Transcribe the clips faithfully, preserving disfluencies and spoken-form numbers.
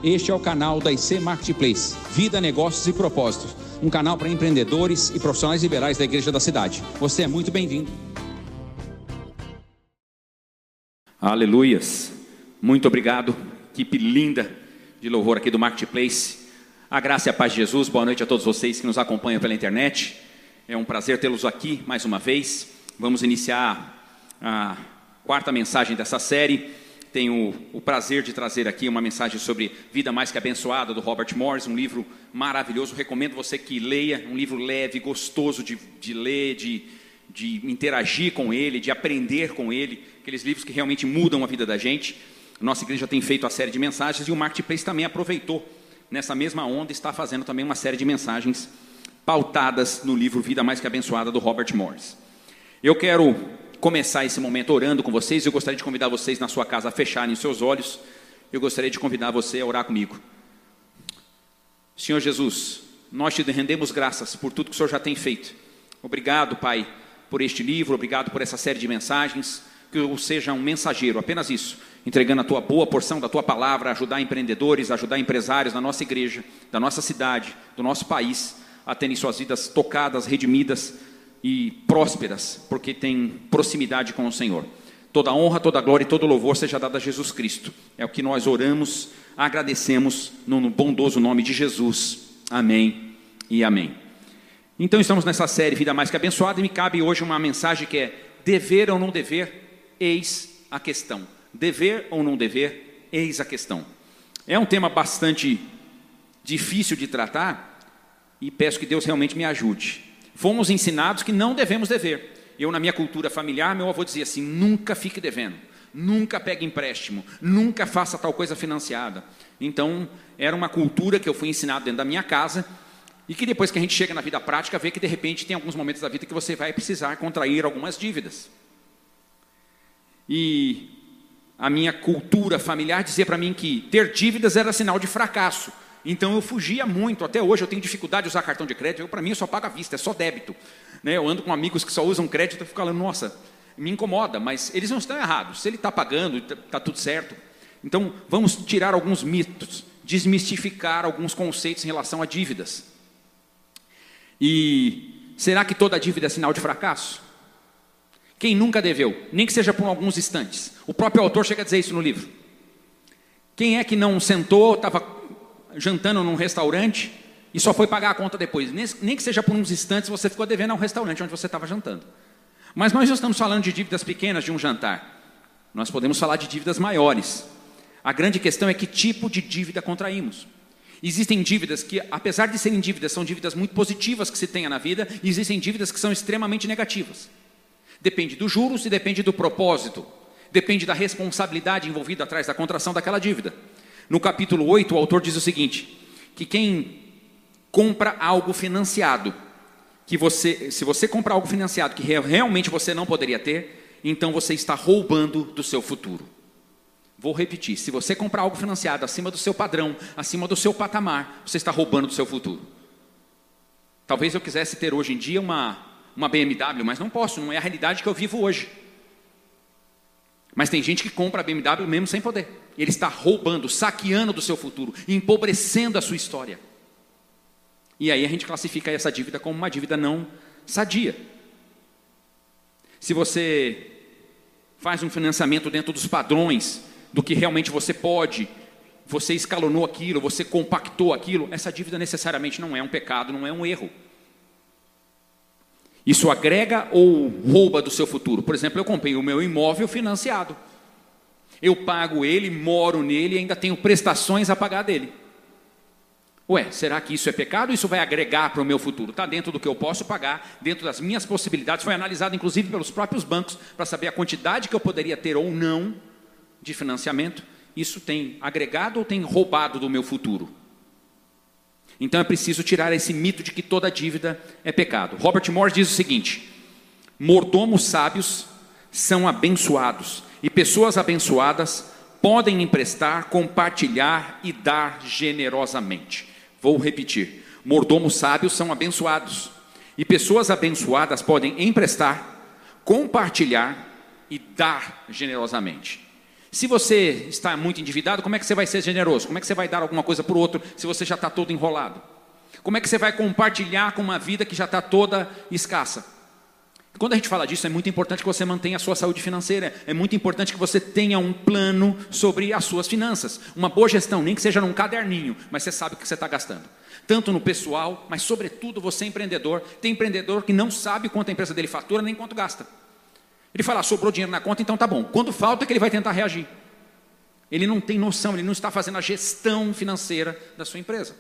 Este é o canal da I C Marketplace, Vida, Negócios e Propósitos, um canal para empreendedores e profissionais liberais da Igreja da Cidade. Você é muito bem-vindo. Aleluias, muito obrigado, equipe linda de louvor aqui do Marketplace. A graça e a paz de Jesus, boa noite a todos vocês que nos acompanham pela internet. É um prazer tê-los aqui mais uma vez. Vamos iniciar a quarta mensagem dessa série. Tenho o prazer de trazer aqui uma mensagem sobre Vida Mais Que Abençoada, do Robert Morris, um livro maravilhoso. Recomendo você que leia, um livro leve, gostoso de, de ler, de, de interagir com ele, de aprender com ele, aqueles livros que realmente mudam a vida da gente. Nossa igreja tem feito a série de mensagens e o Marketplace também aproveitou nessa mesma onda e está fazendo também uma série de mensagens pautadas no livro Vida Mais Que Abençoada, do Robert Morris. Eu quero começar esse momento orando com vocês. Eu gostaria de convidar vocês na sua casa a fecharem os seus olhos. Eu gostaria de convidar você a orar comigo. Senhor Jesus, nós te rendemos graças por tudo que o Senhor já tem feito. Obrigado, Pai, por este livro, obrigado por essa série de mensagens, que eu seja um mensageiro, apenas isso, entregando a tua boa porção da tua palavra, ajudar empreendedores, ajudar empresários da nossa igreja, da nossa cidade, do nosso país, a terem suas vidas tocadas, redimidas e prósperas, porque tem proximidade com o Senhor. Toda honra, toda glória e todo louvor seja dado a Jesus Cristo. É o que nós oramos, agradecemos no bondoso nome de Jesus. Amém e amém. Então estamos nessa série Vida Mais Que Abençoada e me cabe hoje uma mensagem que é: dever ou não dever, eis a questão. Dever ou não dever, eis a questão. É um tema bastante difícil de tratar e peço que Deus realmente me ajude. Fomos ensinados que não devemos dever. Eu, na minha cultura familiar, meu avô dizia assim: nunca fique devendo, nunca pegue empréstimo, nunca faça tal coisa financiada. Então, era uma cultura que eu fui ensinado dentro da minha casa e que depois que a gente chega na vida prática, vê que de repente tem alguns momentos da vida que você vai precisar contrair algumas dívidas. E a minha cultura familiar dizia para mim que ter dívidas era sinal de fracasso. Então eu fugia muito, até hoje eu tenho dificuldade de usar cartão de crédito. Para mim eu só pago à vista, é só débito, né? Eu ando com amigos que só usam crédito, eu fico falando, nossa, me incomoda, mas eles não estão errados, se ele está pagando, está tudo certo. Então vamos tirar alguns mitos, desmistificar alguns conceitos em relação a dívidas. E será que toda dívida é sinal de fracasso? Quem nunca deveu, nem que seja por alguns instantes? O próprio autor chega a dizer isso no livro. Quem é que não sentou, estava jantando num restaurante e só foi pagar a conta depois? Nem que seja por uns instantes você ficou devendo ao restaurante onde você estava jantando. Mas nós não estamos falando de dívidas pequenas de um jantar. Nós podemos falar de dívidas maiores. A grande questão é que tipo de dívida contraímos. Existem dívidas que, apesar de serem dívidas, são dívidas muito positivas que se tenha na vida, e existem dívidas que são extremamente negativas. Depende dos juros e depende do propósito. Depende da responsabilidade envolvida atrás da contração daquela dívida. No capítulo oito, o autor diz o seguinte, que quem compra algo financiado, que você, se você comprar algo financiado que realmente você não poderia ter, então você está roubando do seu futuro. Vou repetir, se você comprar algo financiado acima do seu padrão, acima do seu patamar, você está roubando do seu futuro. Talvez eu quisesse ter hoje em dia uma, uma B M W, mas não posso, não é a realidade que eu vivo hoje. Mas tem gente que compra a B M W mesmo sem poder. Ele está roubando, saqueando do seu futuro, empobrecendo a sua história. E aí a gente classifica essa dívida como uma dívida não sadia. Se você faz um financiamento dentro dos padrões do que realmente você pode, você escalonou aquilo, você compactou aquilo, essa dívida necessariamente não é um pecado, não é um erro. Isso agrega ou rouba do seu futuro? Por exemplo, eu comprei o meu imóvel financiado. Eu pago ele, moro nele e ainda tenho prestações a pagar dele. Ué, será que isso é pecado ou isso vai agregar para o meu futuro? Está dentro do que eu posso pagar, dentro das minhas possibilidades. Foi analisado inclusive pelos próprios bancos para saber a quantidade que eu poderia ter ou não de financiamento. Isso tem agregado ou tem roubado do meu futuro? Então é preciso tirar esse mito de que toda dívida é pecado. Robert Morris diz o seguinte: mordomos sábios são abençoados, e pessoas abençoadas podem emprestar, compartilhar e dar generosamente. Vou repetir: mordomos sábios são abençoados, e pessoas abençoadas podem emprestar, compartilhar e dar generosamente. Se você está muito endividado, como é que você vai ser generoso? Como é que você vai dar alguma coisa para o outro se você já está todo enrolado? Como é que você vai compartilhar com uma vida que já está toda escassa? Quando a gente fala disso, é muito importante que você mantenha a sua saúde financeira. É muito importante que você tenha um plano sobre as suas finanças. Uma boa gestão, nem que seja num caderninho, mas você sabe o que você está gastando. Tanto no pessoal, mas sobretudo você é empreendedor. Tem empreendedor que não sabe quanto a empresa dele fatura, nem quanto gasta. Ele fala, ah, sobrou dinheiro na conta, então tá bom. Quando falta é que ele vai tentar reagir. Ele não tem noção, ele não está fazendo a gestão financeira da sua empresa.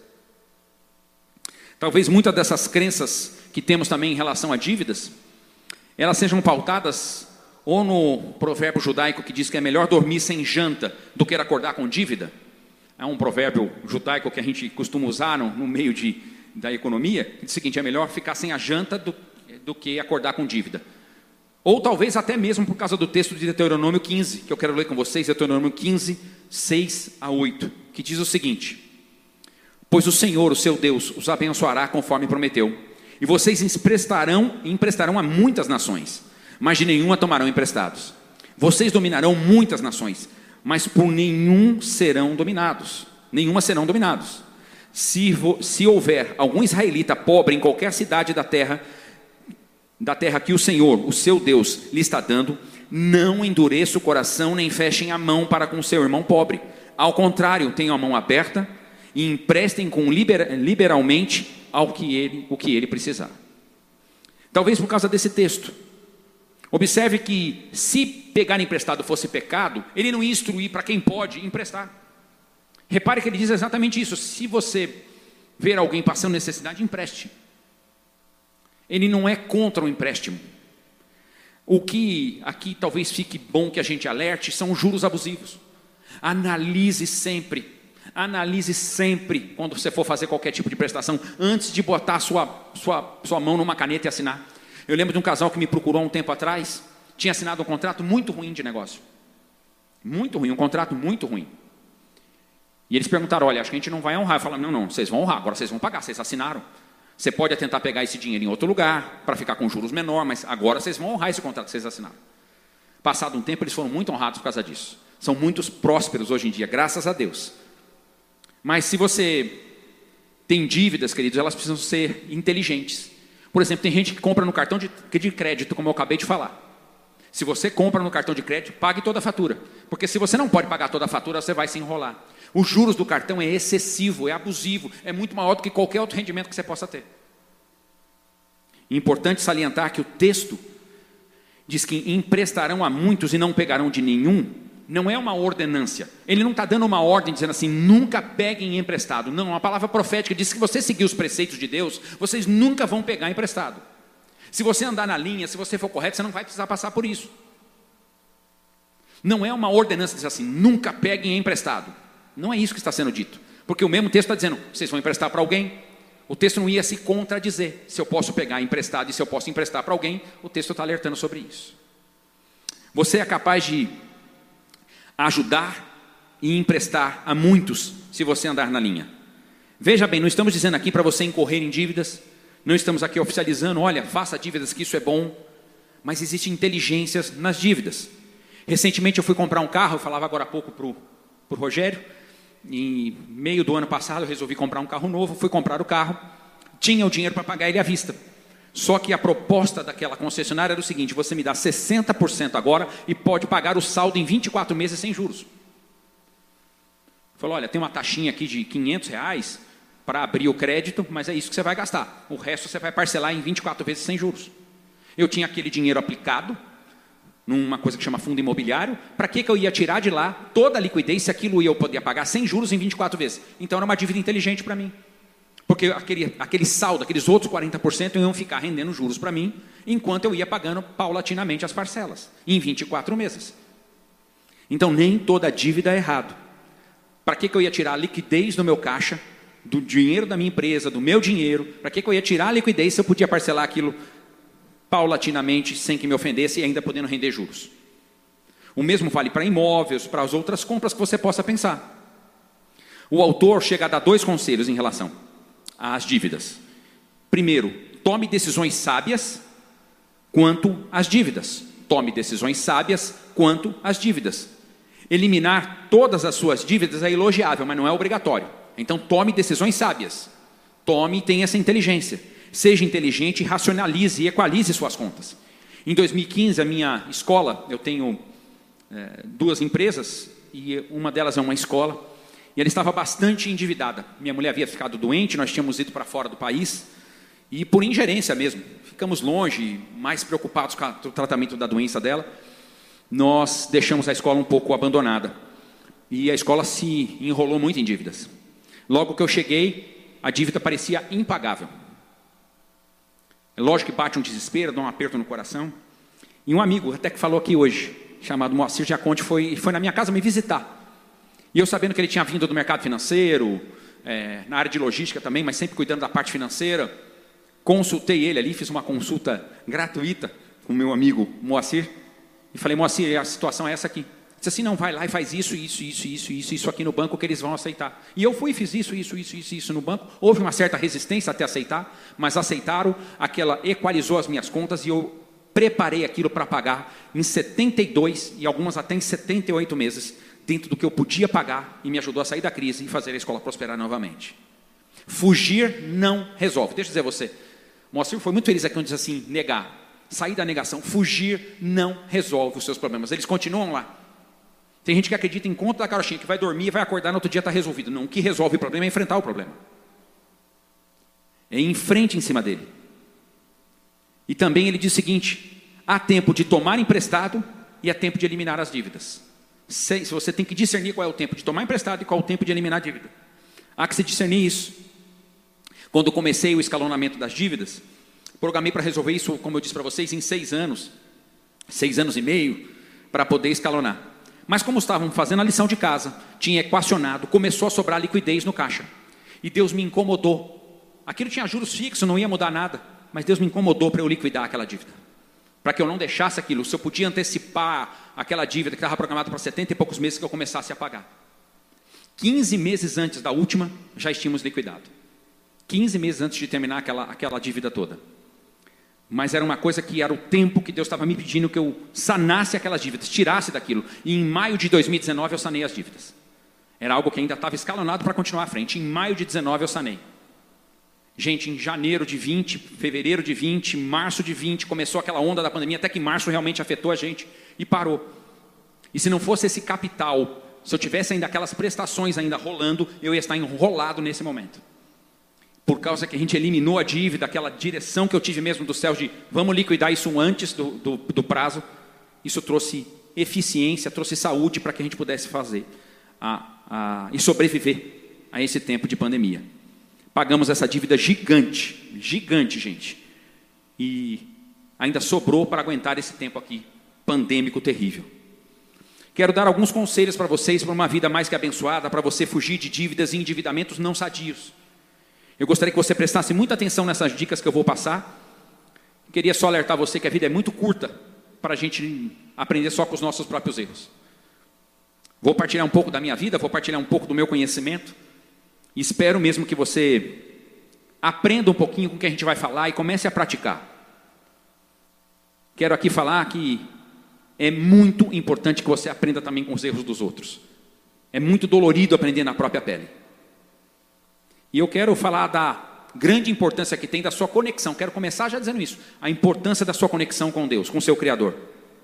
Talvez muitas dessas crenças que temos também em relação a dívidas, elas sejam pautadas ou no provérbio judaico que diz que é melhor dormir sem janta do que acordar com dívida. É um provérbio judaico que a gente costuma usar no, no meio de, da economia, que diz o seguinte, é melhor ficar sem a janta do, do que acordar com dívida. Ou talvez até mesmo por causa do texto de Deuteronômio quinze, que eu quero ler com vocês, Deuteronômio quinze, seis a oito, que diz o seguinte, pois o Senhor, o seu Deus, os abençoará conforme prometeu, e vocês emprestarão, emprestarão a muitas nações, mas de nenhuma tomarão emprestados. Vocês dominarão muitas nações, mas por nenhum serão dominados. Nenhuma serão dominados. Se, se houver algum israelita pobre em qualquer cidade da terra, da terra que o Senhor, o seu Deus, lhe está dando, não endureça o coração, nem fechem a mão para com seu irmão pobre. Ao contrário, tenham a mão aberta e emprestem com liber, liberalmente ao que ele, o que ele precisar. Talvez por causa desse texto. Observe que se pegar emprestado fosse pecado, ele não ia instruir para quem pode emprestar. Repare que ele diz exatamente isso. Se você ver alguém passando necessidade, empreste. Ele não é contra o empréstimo. O que aqui talvez fique bom que a gente alerte são os juros abusivos. Analise sempre. Analise sempre, quando você for fazer qualquer tipo de prestação, antes de botar sua, sua, sua mão numa caneta e assinar. Eu lembro de um casal que me procurou há um tempo atrás, tinha assinado um contrato muito ruim de negócio. Muito ruim, um contrato muito ruim. E eles perguntaram, olha, acho que a gente não vai honrar. Eu falei, não, não, vocês vão honrar, agora vocês vão pagar, vocês assinaram. Você pode tentar pegar esse dinheiro em outro lugar, para ficar com juros menor, mas agora vocês vão honrar esse contrato que vocês assinaram. Passado um tempo, eles foram muito honrados por causa disso. São muitos prósperos hoje em dia, graças a Deus. Mas se você tem dívidas, queridos, elas precisam ser inteligentes. Por exemplo, tem gente que compra no cartão de, de crédito, como eu acabei de falar. Se você compra no cartão de crédito, pague toda a fatura. Porque se você não pode pagar toda a fatura, você vai se enrolar. Os juros do cartão é excessivo, é abusivo, é muito maior do que qualquer outro rendimento que você possa ter. Importante salientar que o texto diz que emprestarão a muitos e não pegarão de nenhum. Não é uma ordenância. Ele não está dando uma ordem dizendo assim, nunca peguem emprestado. Não, a palavra profética diz que se você seguir os preceitos de Deus, vocês nunca vão pegar emprestado. Se você andar na linha, se você for correto, você não vai precisar passar por isso. Não é uma ordenança dizer assim, nunca peguem emprestado. Não é isso que está sendo dito. Porque o mesmo texto está dizendo, vocês vão emprestar para alguém. O texto não ia se contradizer. Se eu posso pegar emprestado e se eu posso emprestar para alguém, o texto está alertando sobre isso. Você é capaz de ajudar e emprestar a muitos se você andar na linha. Veja bem, não estamos dizendo aqui para você incorrer em dívidas, não estamos aqui oficializando, olha, faça dívidas que isso é bom, mas existem inteligências nas dívidas. Recentemente eu fui comprar um carro, eu falava agora há pouco para o Rogério, em meio do ano passado eu resolvi comprar um carro novo, fui comprar o carro, tinha o dinheiro para pagar ele à vista. Só que a proposta daquela concessionária era o seguinte, você me dá sessenta por cento agora e pode pagar o saldo em vinte e quatro meses sem juros. Falou, olha, tem uma taxinha aqui de quinhentos reais para abrir o crédito, mas é isso que você vai gastar. O resto você vai parcelar em vinte e quatro vezes sem juros. Eu tinha aquele dinheiro aplicado numa coisa que chama fundo imobiliário, para que, que eu ia tirar de lá toda a liquidez se aquilo eu podia pagar sem juros em vinte e quatro vezes? Então era uma dívida inteligente para mim. Porque aquele, aquele saldo, aqueles outros quarenta por cento iam ficar rendendo juros para mim, enquanto eu ia pagando paulatinamente as parcelas, em vinte e quatro meses. Então, nem toda dívida é errado. Para que, que eu ia tirar a liquidez do meu caixa, do dinheiro da minha empresa, do meu dinheiro? Para que, que eu ia tirar a liquidez se eu podia parcelar aquilo paulatinamente, sem que me ofendesse e ainda podendo render juros? O mesmo vale para imóveis, para as outras compras que você possa pensar. O autor chega a dar dois conselhos em relação às dívidas. Primeiro, tome decisões sábias quanto às dívidas. Tome decisões sábias quanto às dívidas. Eliminar todas as suas dívidas é elogiável, mas não é obrigatório. Então tome decisões sábias. Tome e tenha essa inteligência. Seja inteligente e racionalize e equalize suas contas. Em dois mil e quinze, a minha escola, eu tenho é, duas empresas, e uma delas é uma escola, e ela estava bastante endividada. Minha mulher havia ficado doente, nós tínhamos ido para fora do país, e por ingerência mesmo, ficamos longe, mais preocupados com o tratamento da doença dela, nós deixamos a escola um pouco abandonada. E a escola se enrolou muito em dívidas. Logo que eu cheguei, a dívida parecia impagável. É lógico que bate um desespero, dá um aperto no coração. E um amigo, até que falou aqui hoje, chamado Moacir Giaconte, foi, foi na minha casa me visitar. E eu sabendo que ele tinha vindo do mercado financeiro, é, na área de logística também, mas sempre cuidando da parte financeira, consultei ele ali, fiz uma consulta gratuita com o meu amigo Moacir, e falei, Moacir, a situação é essa aqui. Ele disse assim, não, vai lá e faz isso, isso, isso, isso, isso, isso aqui no banco que eles vão aceitar. E eu fui e fiz isso, isso, isso, isso, isso no banco. Houve uma certa resistência até aceitar, mas aceitaram, aquela equalizou as minhas contas e eu preparei aquilo para pagar em setenta e dois e algumas até em setenta e oito meses, dentro do que eu podia pagar, e me ajudou a sair da crise e fazer a escola prosperar novamente. Fugir não resolve. Deixa eu dizer a você, o Moacir foi muito feliz aqui quando diz assim, negar. Sair da negação, fugir não resolve os seus problemas, eles continuam lá. Tem gente que acredita em conta da carochinha, que vai dormir e vai acordar no outro dia está resolvido. Não, o que resolve o problema é enfrentar o problema. É ir em frente em cima dele. E também ele diz o seguinte, há tempo de tomar emprestado e há tempo de eliminar as dívidas. Se, se você tem que discernir qual é o tempo de tomar emprestado e qual é o tempo de eliminar a dívida. Há que se discernir isso. Quando comecei o escalonamento das dívidas, programei para resolver isso, como eu disse para vocês, em seis anos, seis anos e meio, para poder escalonar. Mas como estavam fazendo a lição de casa, tinha equacionado, começou a sobrar liquidez no caixa. E Deus me incomodou. Aquilo tinha juros fixos, não ia mudar nada, mas Deus me incomodou para eu liquidar aquela dívida. Para que eu não deixasse aquilo, se eu podia antecipar aquela dívida que estava programada para setenta e poucos meses, que eu começasse a pagar. quinze meses antes da última, já tínhamos liquidado. quinze meses antes de terminar aquela, aquela dívida toda. Mas era uma coisa que era o tempo que Deus estava me pedindo que eu sanasse aquelas dívidas, tirasse daquilo. E em maio de dois mil e dezenove eu sanei as dívidas. Era algo que ainda estava escalonado para continuar à frente. Em maio de dezenove eu sanei. Gente, em janeiro de vinte, fevereiro de vinte, março de vinte, começou aquela onda da pandemia, até que março realmente afetou a gente e parou. E se não fosse esse capital, se eu tivesse ainda aquelas prestações ainda rolando, eu ia estar enrolado nesse momento. Por causa que a gente eliminou a dívida, aquela direção que eu tive mesmo do céu de vamos liquidar isso antes do, do, do prazo, isso trouxe eficiência, trouxe saúde para que a gente pudesse fazer a, a, e sobreviver a esse tempo de pandemia. Pagamos essa dívida gigante, gigante, gente, e ainda sobrou para aguentar esse tempo aqui, pandêmico terrível. Quero dar alguns conselhos para vocês, para uma vida mais que abençoada, para você fugir de dívidas e endividamentos não sadios. Eu gostaria que você prestasse muita atenção nessas dicas que eu vou passar. Queria só alertar você que a vida é muito curta para a gente aprender só com os nossos próprios erros. Vou partilhar um pouco da minha vida, vou partilhar um pouco do meu conhecimento. E espero mesmo que você aprenda um pouquinho com o que a gente vai falar e comece a praticar. Quero aqui falar que é muito importante que você aprenda também com os erros dos outros. É muito dolorido aprender na própria pele. E eu quero falar da grande importância que tem da sua conexão. Quero começar já dizendo isso. A importância da sua conexão com Deus, com o seu Criador.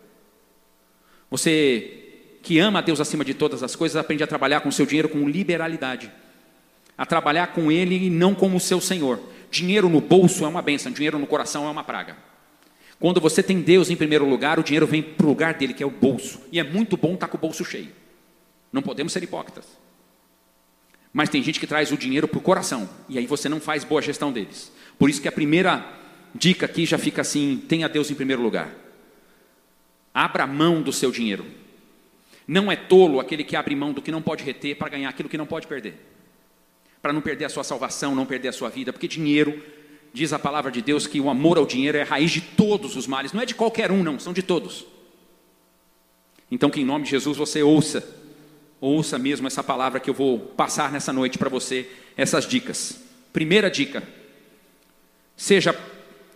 Você que ama a Deus acima de todas as coisas, aprende a trabalhar com o seu dinheiro com liberalidade. A trabalhar com Ele e não como o seu Senhor. Dinheiro no bolso é uma bênção, dinheiro no coração é uma praga. Quando você tem Deus em primeiro lugar, o dinheiro vem para o lugar dele, que é o bolso. E é muito bom estar com o bolso cheio. Não podemos ser hipócritas. Mas tem gente que traz o dinheiro para o coração, e aí você não faz boa gestão deles. Por isso que a primeira dica aqui já fica assim, tenha Deus em primeiro lugar. Abra mão do seu dinheiro. Não é tolo aquele que abre mão do que não pode reter para ganhar aquilo que não pode perder. Para não perder a sua salvação, não perder a sua vida, porque dinheiro, diz a palavra de Deus que o amor ao dinheiro é a raiz de todos os males, não é de qualquer um não, são de todos. Então que em nome de Jesus você ouça, ouça mesmo essa palavra que eu vou passar nessa noite para você, essas dicas. Primeira dica, seja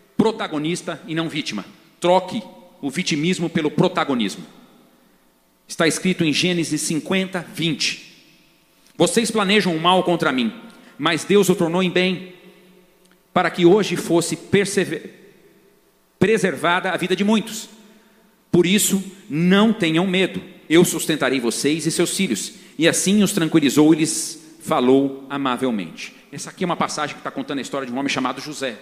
protagonista e não vítima, troque o vitimismo pelo protagonismo. Está escrito em Gênesis cinquenta, vinte. Vocês planejam o mal contra mim, mas Deus o tornou em bem, para que hoje fosse preservada a vida de muitos. Por isso, não tenham medo, eu sustentarei vocês e seus filhos. E assim os tranquilizou e lhes falou amavelmente. Essa aqui é uma passagem que está contando a história de um homem chamado José.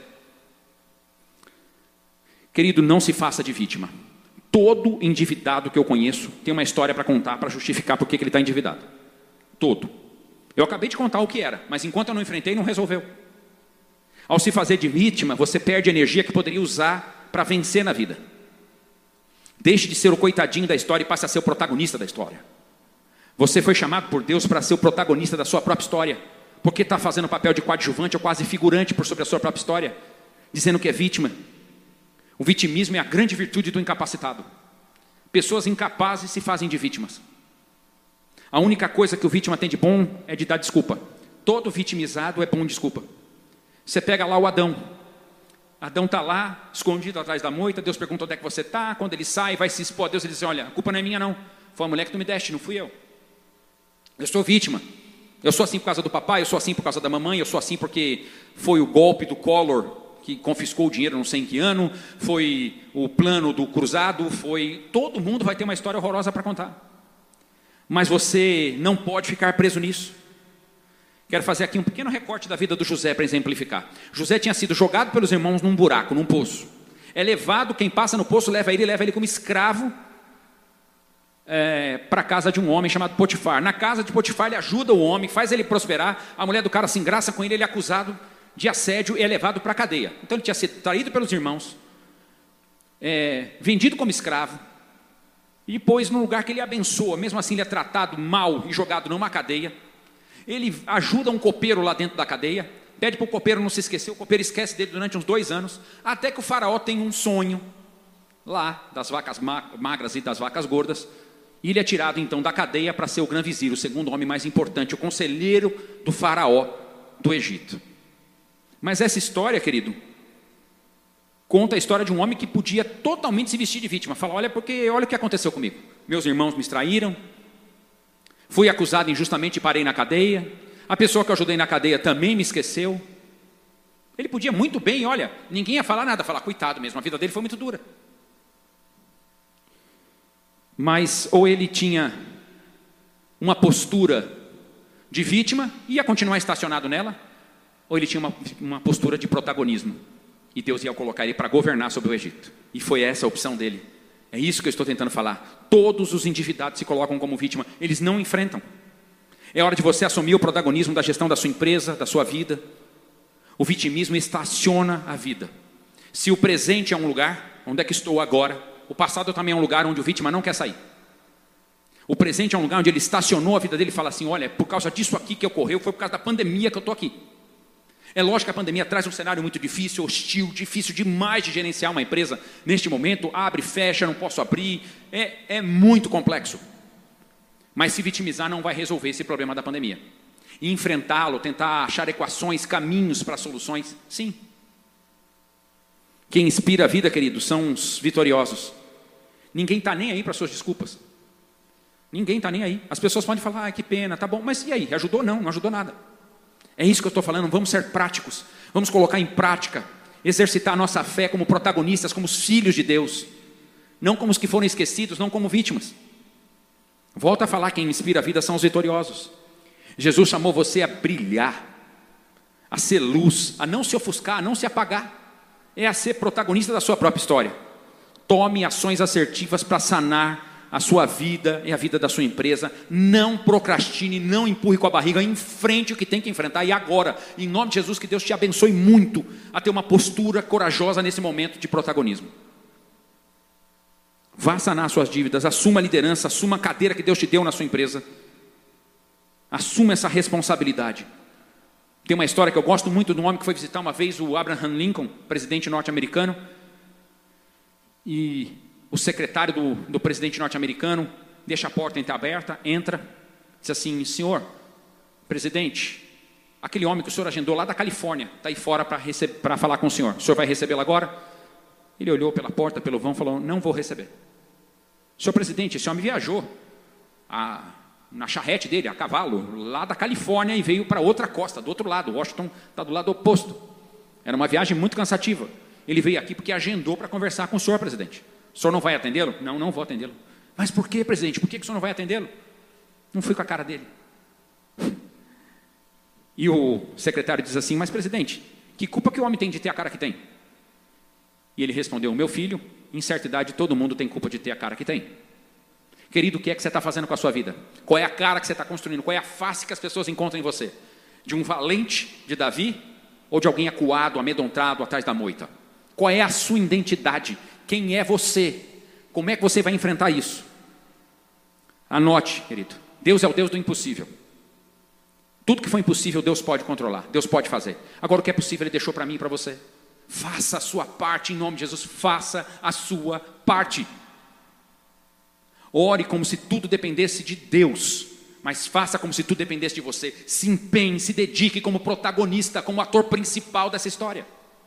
Querido, não se faça de vítima. Todo endividado que eu conheço tem uma história para contar, para justificar por que ele está endividado. Todo. Eu acabei de contar o que era, mas enquanto eu não enfrentei, não resolveu. Ao se fazer de vítima, você perde energia que poderia usar para vencer na vida. Deixe de ser o coitadinho da história e passe a ser o protagonista da história. Você foi chamado por Deus para ser o protagonista da sua própria história. Por que está fazendo o papel de coadjuvante ou quase figurante por sobre a sua própria história? Dizendo que é vítima. O vitimismo é a grande virtude do incapacitado. Pessoas incapazes se fazem de vítimas. A única coisa que o vítima tem de bom é de dar desculpa. Todo vitimizado é bom desculpa. Você pega lá o Adão. Adão está lá, escondido atrás da moita. Deus pergunta onde é que você está. Quando ele sai, vai se expor a Deus, ele diz, olha, a culpa não é minha não. Foi a mulher que tu me deste, não fui eu. Eu sou vítima. Eu sou assim por causa do papai, eu sou assim por causa da mamãe, eu sou assim porque foi o golpe do Collor que confiscou o dinheiro não sei em que ano, foi o plano do cruzado, foi... Todo mundo vai ter uma história horrorosa para contar. Mas você não pode ficar preso nisso. Quero fazer aqui um pequeno recorte da vida do José para exemplificar. José tinha sido jogado pelos irmãos num buraco, num poço. É levado, quem passa no poço leva ele, leva ele como escravo é, para a casa de um homem chamado Potifar. Na casa de Potifar ele ajuda o homem, faz ele prosperar, a mulher do cara se engraça com ele, ele é acusado de assédio e é levado para a cadeia. Então ele tinha sido traído pelos irmãos, é, vendido como escravo, e depois num lugar que ele abençoa, mesmo assim ele é tratado mal e jogado numa cadeia. Ele ajuda um copeiro lá dentro da cadeia, pede para o copeiro não se esquecer, o copeiro esquece dele durante uns dois anos, até que o faraó tem um sonho lá das vacas magras e das vacas gordas, e ele é tirado então da cadeia para ser o grão vizir, o segundo homem mais importante, o conselheiro do faraó do Egito. Mas essa história, querido, conta a história de um homem que podia totalmente se vestir de vítima, fala, olha, porque olha o que aconteceu comigo, meus irmãos me extraíram, fui acusado injustamente e parei na cadeia. A pessoa que eu ajudei na cadeia também me esqueceu. Ele podia muito bem, olha, ninguém ia falar nada, falar, coitado mesmo, a vida dele foi muito dura. Mas ou ele tinha uma postura de vítima e ia continuar estacionado nela, ou ele tinha uma, uma postura de protagonismo. E Deus ia colocar ele para governar sobre o Egito. E foi essa a opção dele. É isso que eu estou tentando falar. Todos os endividados se colocam como vítima, eles não enfrentam. É hora de você assumir o protagonismo da gestão da sua empresa, da sua vida. O vitimismo estaciona a vida. Se o presente é um lugar, onde é que estou agora? O passado também é um lugar onde o vítima não quer sair. O presente é um lugar onde ele estacionou a vida dele e fala assim, olha, por causa disso aqui que ocorreu, foi por causa da pandemia que eu estou aqui. É lógico que a pandemia traz um cenário muito difícil, hostil, difícil demais de gerenciar uma empresa neste momento, abre, fecha, não posso abrir, é, é muito complexo. Mas se vitimizar não vai resolver esse problema da pandemia. E enfrentá-lo, tentar achar equações, caminhos para soluções, sim. Quem inspira a vida, querido, são os vitoriosos. Ninguém está nem aí para suas desculpas. Ninguém está nem aí. As pessoas podem falar, ah, que pena, tá bom, mas e aí? Ajudou? Não, não ajudou nada. É isso que eu estou falando, vamos ser práticos, vamos colocar em prática, exercitar a nossa fé como protagonistas, como os filhos de Deus, não como os que foram esquecidos, não como vítimas. Volta a falar, quem inspira a vida são os vitoriosos. Jesus chamou você a brilhar, a ser luz, a não se ofuscar, a não se apagar, é a ser protagonista da sua própria história. Tome ações assertivas para sanar a sua vida e a vida da sua empresa. Não procrastine, não empurre com a barriga, enfrente o que tem que enfrentar. E agora, em nome de Jesus, que Deus te abençoe muito a ter uma postura corajosa nesse momento de protagonismo. Vá sanar suas dívidas, assuma a liderança, assuma a cadeira que Deus te deu na sua empresa. Assuma essa responsabilidade. Tem uma história que eu gosto muito de um homem que foi visitar uma vez o Abraham Lincoln, presidente norte-americano, e o secretário do, do presidente norte-americano deixa a porta entreaberta, entra, diz assim, senhor presidente, aquele homem que o senhor agendou lá da Califórnia, está aí fora para falar com o senhor, o senhor vai recebê-lo agora? Ele olhou pela porta, pelo vão, falou, não vou receber. Senhor presidente, esse homem viajou, a, na charrete dele, a cavalo, lá da Califórnia e veio para outra costa, do outro lado. Washington está do lado oposto. Era uma viagem muito cansativa. Ele veio aqui porque agendou para conversar com o senhor, presidente. O senhor não vai atendê-lo? Não, não vou atendê-lo. Mas por que, presidente? Por que o senhor não vai atendê-lo? Não fui com a cara dele. E o secretário diz assim, mas presidente, que culpa que o homem tem de ter a cara que tem? E ele respondeu, meu filho, em certa idade todo mundo tem culpa de ter a cara que tem. Querido, o que é que você está fazendo com a sua vida? Qual é a cara que você está construindo? Qual é a face que as pessoas encontram em você? De um valente de Davi ou de alguém acuado, amedrontado atrás da moita? Qual é a sua identidade? Quem é você? Como é que você vai enfrentar isso? Anote, querido, Deus é o Deus do impossível. Tudo que for impossível, Deus pode controlar, Deus pode fazer. Agora o que é possível, Ele deixou para mim e para você. Faça a sua parte em nome de Jesus, faça a sua parte. Ore como se tudo dependesse de Deus, mas faça como se tudo dependesse de você. Se empenhe, se dedique como protagonista, como ator principal dessa história.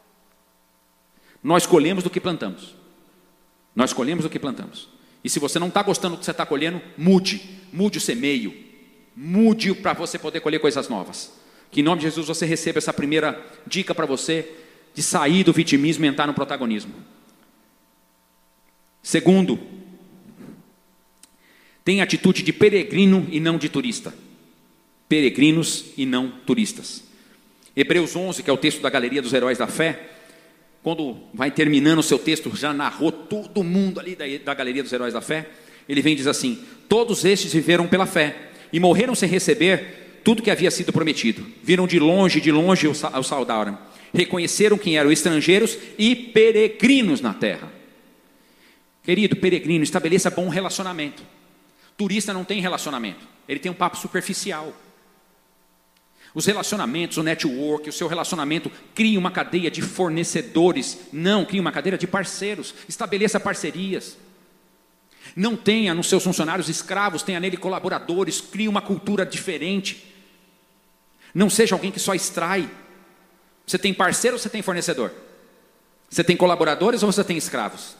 Nós colhemos do que plantamos. Nós colhemos do que plantamos. E se você não está gostando do que você está colhendo, mude, mude o semeio, mude para você poder colher coisas novas. Que em nome de Jesus você receba essa primeira dica para você, de sair do vitimismo e entrar no protagonismo. Segundo, tenha atitude de peregrino e não de turista. Peregrinos e não turistas. Hebreus onze, que é o texto da Galeria dos Heróis da Fé, quando vai terminando o seu texto, já narrou todo mundo ali da, da Galeria dos Heróis da Fé, ele vem e diz assim, todos estes viveram pela fé, e morreram sem receber tudo que havia sido prometido. Viram de longe, de longe o saudaram. Reconheceram quem eram estrangeiros e peregrinos na terra. Querido, peregrino, estabeleça bom relacionamento. Turista não tem relacionamento, ele tem um papo superficial. Os relacionamentos, o network, o seu relacionamento, crie uma cadeia de fornecedores, não, crie uma cadeia de parceiros, estabeleça parcerias. Não tenha nos seus funcionários escravos, tenha nele colaboradores, crie uma cultura diferente. Não seja alguém que só extrai. Você tem parceiro ou você tem fornecedor? Você tem colaboradores ou você tem escravos?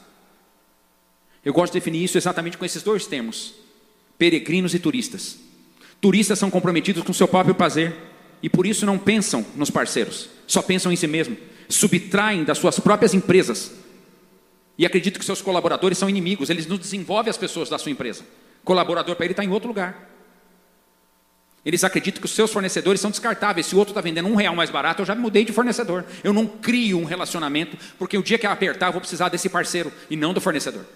Eu gosto de definir isso exatamente com esses dois termos. Peregrinos e turistas. Turistas são comprometidos com o seu próprio prazer e por isso não pensam nos parceiros, só pensam em si mesmo, subtraem das suas próprias empresas e acreditam que seus colaboradores são inimigos. Eles não desenvolvem as pessoas da sua empresa. Colaborador para ele está em outro lugar. Eles acreditam que os seus fornecedores são descartáveis. Se o outro está vendendo um real mais barato, eu já mudei de fornecedor. Eu não crio um relacionamento, porque o dia que eu apertar, eu vou precisar desse parceiro e não do fornecedor.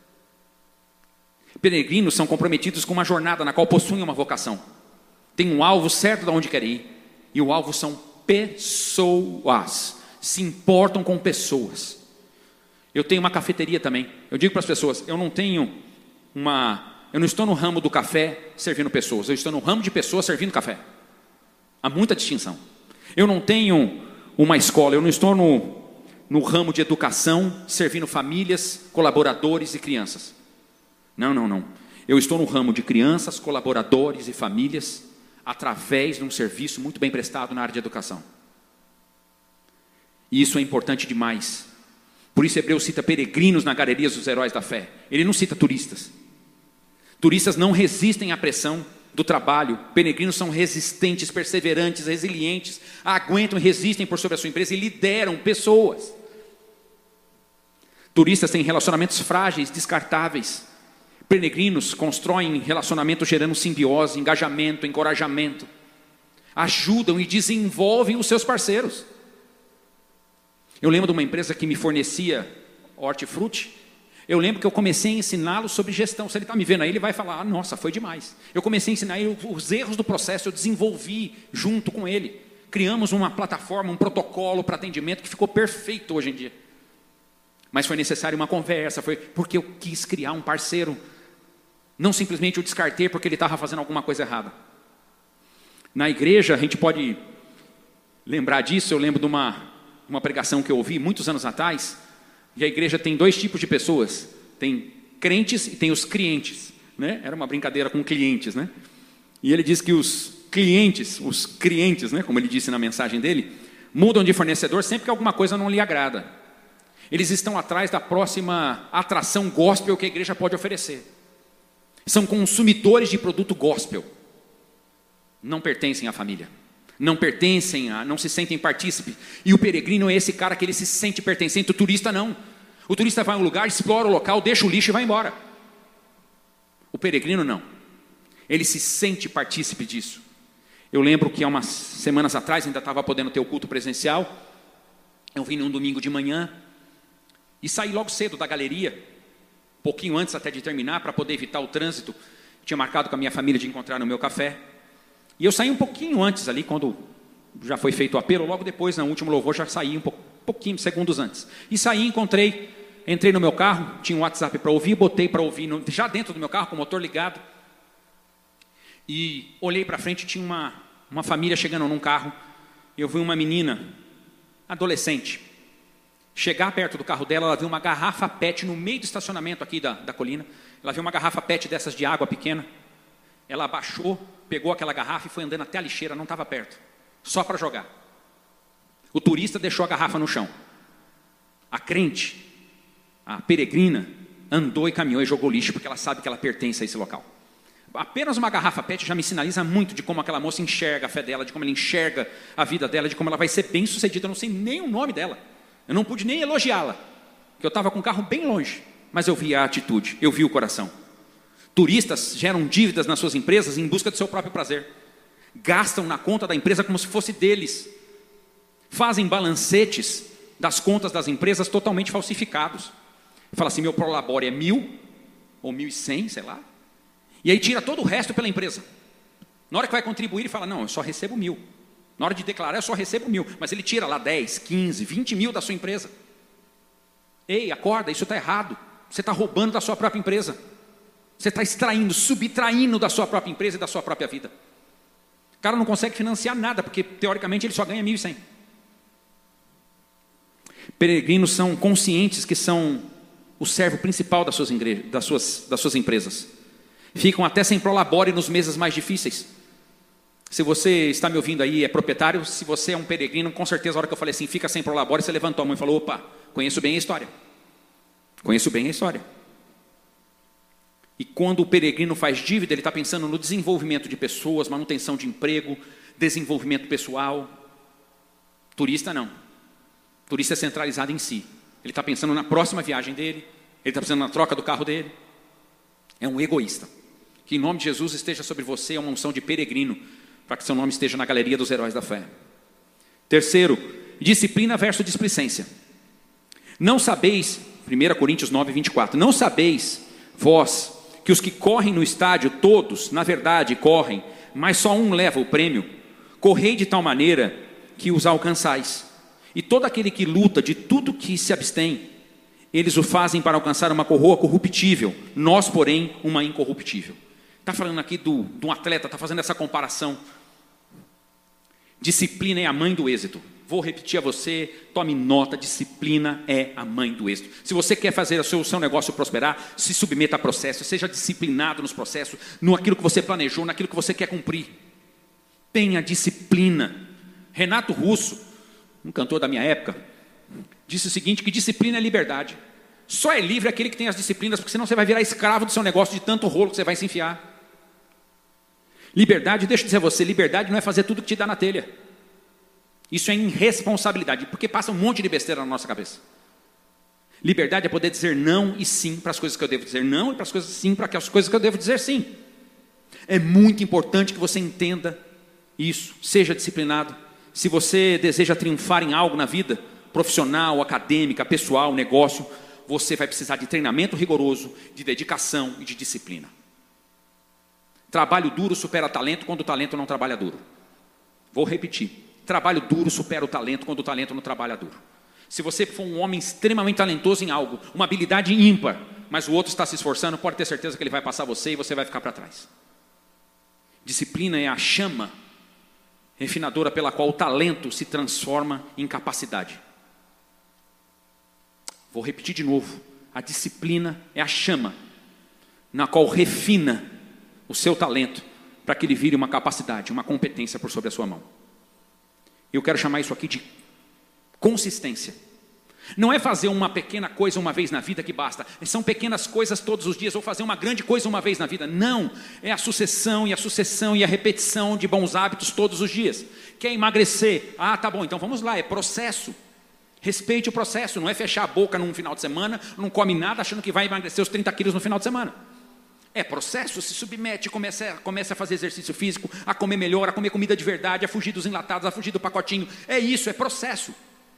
Peregrinos são comprometidos com uma jornada na qual possuem uma vocação. Tem um alvo certo de onde quer ir. E o alvo são pessoas. Se importam com pessoas. Eu tenho uma cafeteria também. Eu digo para as pessoas, eu não tenho uma... Eu não estou no ramo do café servindo pessoas. Eu estou no ramo de pessoas servindo café. Há muita distinção. Eu não tenho uma escola. Eu não estou no, no ramo de educação servindo famílias, colaboradores e crianças. Não, não, não. Eu estou no ramo de crianças, colaboradores e famílias através de um serviço muito bem prestado na área de educação. E isso é importante demais. Por isso Hebreus cita peregrinos na galeria dos heróis da fé. Ele não cita turistas. Turistas não resistem à pressão do trabalho. Peregrinos são resistentes, perseverantes, resilientes, aguentam e resistem por sobre a sua empresa e lideram pessoas. Turistas têm relacionamentos frágeis, descartáveis. Peregrinos constroem relacionamentos gerando simbiose, engajamento, encorajamento. Ajudam e desenvolvem os seus parceiros. Eu lembro de uma empresa que me fornecia hortifruti. Eu lembro que eu comecei a ensiná-lo sobre gestão. Se ele está me vendo aí, ele vai falar, ah, nossa, foi demais. Eu comecei a ensinar ele os erros do processo, eu desenvolvi junto com ele. Criamos uma plataforma, um protocolo para atendimento que ficou perfeito hoje em dia. Mas foi necessário uma conversa, foi porque eu quis criar um parceiro. Não simplesmente o descartei porque ele estava fazendo alguma coisa errada. Na igreja, a gente pode lembrar disso. Eu lembro de uma, uma pregação que eu ouvi muitos anos atrás. E a igreja tem dois tipos de pessoas. Tem crentes e tem os clientes, né? Era uma brincadeira com clientes, né? E ele diz que os clientes, os clientes, né? Como ele disse na mensagem dele, mudam de fornecedor sempre que alguma coisa não lhe agrada. Eles estão atrás da próxima atração gospel que a igreja pode oferecer. São consumidores de produto gospel. Não pertencem à família. Não pertencem, a, não se sentem partícipes. E o peregrino é esse cara que ele se sente pertencente. O turista não. O turista vai a um lugar, explora o local, deixa o lixo e vai embora. O peregrino não. Ele se sente partícipe disso. Eu lembro que há umas semanas atrás, ainda estava podendo ter o culto presencial. Eu vim num domingo de manhã e saí logo cedo da galeria, pouquinho antes até de terminar, para poder evitar o trânsito. Tinha marcado com a minha família de encontrar no meu café. E eu saí um pouquinho antes ali, quando já foi feito o apelo, logo depois, no último louvor, já saí um pouquinho, segundos antes. E saí, encontrei, entrei no meu carro, tinha um WhatsApp para ouvir, botei para ouvir, no, já dentro do meu carro, com o motor ligado. E olhei para frente, tinha uma, uma família chegando num carro. Eu vi uma menina, adolescente, chegar perto do carro dela. Ela viu uma garrafa pet no meio do estacionamento aqui da, da colina. Ela viu uma garrafa pet dessas de água pequena. Ela abaixou, pegou aquela garrafa e foi andando até a lixeira, não estava perto, só para jogar. O turista deixou a garrafa no chão. A crente, a peregrina, andou e caminhou e jogou lixo, porque ela sabe que ela pertence a esse local. Apenas uma garrafa pet já me sinaliza muito de como aquela moça enxerga a fé dela, de como ela enxerga a vida dela, de como ela vai ser bem sucedida. Eu não sei nem o nome dela, eu não pude nem elogiá-la, porque eu estava com o carro bem longe, mas eu vi a atitude, eu vi o coração. Turistas geram dívidas nas suas empresas em busca do seu próprio prazer, gastam na conta da empresa como se fosse deles, fazem balancetes das contas das empresas totalmente falsificados. Fala assim, meu prolabore é mil, ou mil e cem, sei lá, e aí tira todo o resto pela empresa. Na hora que vai contribuir, ele fala, não, eu só recebo mil. Na hora de declarar, eu só recebo mil. Mas ele tira lá dez, quinze, vinte mil da sua empresa. Ei, acorda, isso está errado. Você está roubando da sua própria empresa. Você está extraindo, subtraindo da sua própria empresa e da sua própria vida. O cara não consegue financiar nada, porque teoricamente ele só ganha mil e cem. Peregrinos são conscientes que são o servo principal das suas, igrejas, das suas, das suas empresas. Ficam até sem prolabore nos meses mais difíceis. Se você está me ouvindo aí, é proprietário, se você é um peregrino, com certeza, a hora que eu falei assim, fica sem prolabore, você levantou a mão e falou, opa, conheço bem a história. Conheço bem a história. E quando o peregrino faz dívida, ele está pensando no desenvolvimento de pessoas, manutenção de emprego, desenvolvimento pessoal. Turista não. Turista é centralizado em si. Ele está pensando na próxima viagem dele, ele está pensando na troca do carro dele. É um egoísta. Que em nome de Jesus esteja sobre você uma unção de peregrino, para que seu nome esteja na galeria dos heróis da fé. Terceiro, disciplina versus displicência. Não sabeis, primeira Coríntios nove, vinte e quatro, não sabeis vós que os que correm no estádio, todos, na verdade, correm, mas só um leva o prêmio? Correi de tal maneira que os alcançais. E todo aquele que luta de tudo que se abstém, eles o fazem para alcançar uma coroa corruptível, nós, porém, uma incorruptível. Está falando aqui do, de um atleta, está fazendo essa comparação. Disciplina é a mãe do êxito. Vou repetir a você, tome nota, disciplina é a mãe do êxito. Se você quer fazer o seu, o seu negócio prosperar, se submeta a processo, seja disciplinado nos processos, no aquilo que você planejou, naquilo que você quer cumprir. Tenha disciplina. Renato Russo, um cantor da minha época, disse o seguinte, que disciplina é liberdade. Só é livre aquele que tem as disciplinas, porque senão você vai virar escravo do seu negócio, de tanto rolo que você vai se enfiar. Liberdade, deixa eu dizer a você, liberdade não é fazer tudo que te dá na telha. Isso é irresponsabilidade, porque passa um monte de besteira na nossa cabeça. Liberdade é poder dizer não e sim para as coisas que eu devo dizer não, e para as coisas sim para as coisas que eu devo dizer sim. É muito importante que você entenda isso, seja disciplinado. Se você deseja triunfar em algo na vida, profissional, acadêmica, pessoal, negócio, você vai precisar de treinamento rigoroso, de dedicação e de disciplina. Trabalho duro supera talento quando o talento não trabalha duro. Vou repetir. Trabalho duro supera o talento quando o talento não trabalha duro. Se você for um homem extremamente talentoso em algo, uma habilidade ímpar, mas o outro está se esforçando, pode ter certeza que ele vai passar você e você vai ficar para trás. Disciplina é a chama refinadora pela qual o talento se transforma em capacidade. Vou repetir de novo. A disciplina é a chama na qual refina o seu talento para que ele vire uma capacidade, uma competência por sobre a sua mão. Eu quero chamar isso aqui de consistência. Não é fazer uma pequena coisa uma vez na vida que basta. São pequenas coisas todos os dias, ou fazer uma grande coisa uma vez na vida. Não, é a sucessão e a sucessão e a repetição de bons hábitos todos os dias. Quer emagrecer? Ah, tá bom, então vamos lá, é processo. Respeite o processo, não é fechar a boca num final de semana, não come nada achando que vai emagrecer os trinta quilos no final de semana. É processo, se submete, começa, começa a fazer exercício físico, a comer melhor, a comer comida de verdade, a fugir dos enlatados, a fugir do pacotinho. É isso, é processo.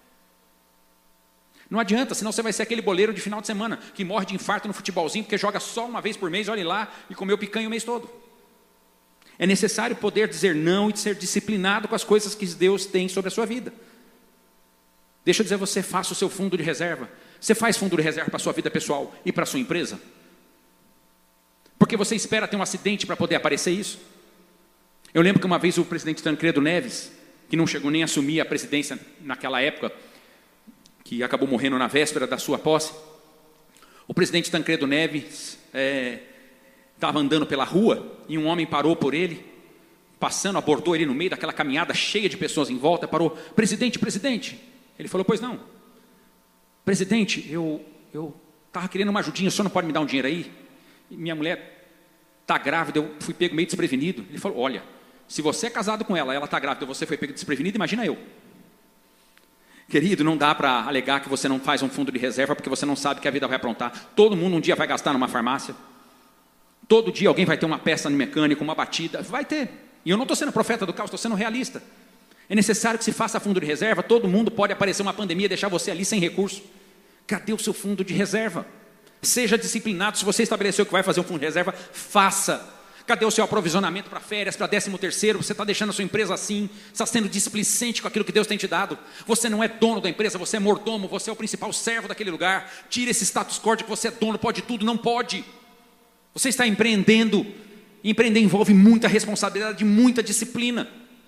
Não adianta, senão você vai ser aquele boleiro de final de semana que morre de infarto no futebolzinho porque joga só uma vez por mês, olhe lá, e comeu picanha o mês todo. É necessário poder dizer não e ser disciplinado com as coisas que Deus tem sobre a sua vida. Deixa eu dizer, você faça o seu fundo de reserva. Você faz fundo de reserva para a sua vida pessoal e para a sua empresa? Porque você espera ter um acidente para poder aparecer isso? Eu lembro que uma vez o presidente Tancredo Neves, que não chegou nem a assumir a presidência naquela época, que acabou morrendo na véspera da sua posse, o presidente Tancredo Neves estava é, andando pela rua e um homem parou por ele, passando, abordou ele no meio daquela caminhada cheia de pessoas em volta, parou, presidente, presidente. Ele falou, pois não, presidente, eu eu estava querendo uma ajudinha, o senhor não pode me dar um dinheiro aí? Minha mulher está grávida, eu fui pego meio desprevenido. Ele falou, olha, se você é casado com ela, ela está grávida, você foi pego desprevenido, imagina eu. Querido, não dá para alegar que você não faz um fundo de reserva porque você não sabe que a vida vai aprontar. Todo mundo um dia vai gastar numa farmácia. Todo dia alguém vai ter uma peça no mecânico, uma batida. Vai ter. E eu não estou sendo profeta do caos, estou sendo realista. É necessário que se faça fundo de reserva. Todo mundo pode aparecer uma pandemia e deixar você ali sem recurso. Cadê o seu fundo de reserva? Seja disciplinado. Se você estabeleceu que vai fazer um fundo de reserva, faça. Cadê o seu aprovisionamento para férias, para décimo terceiro? Você está deixando a sua empresa assim, está sendo displicente com aquilo que Deus tem te dado. Você não é dono da empresa, você é mordomo, você é o principal servo daquele lugar. Tira esse status quo de que você é dono, pode tudo, não pode. Você está empreendendo, e empreender envolve muita responsabilidade, muita disciplina.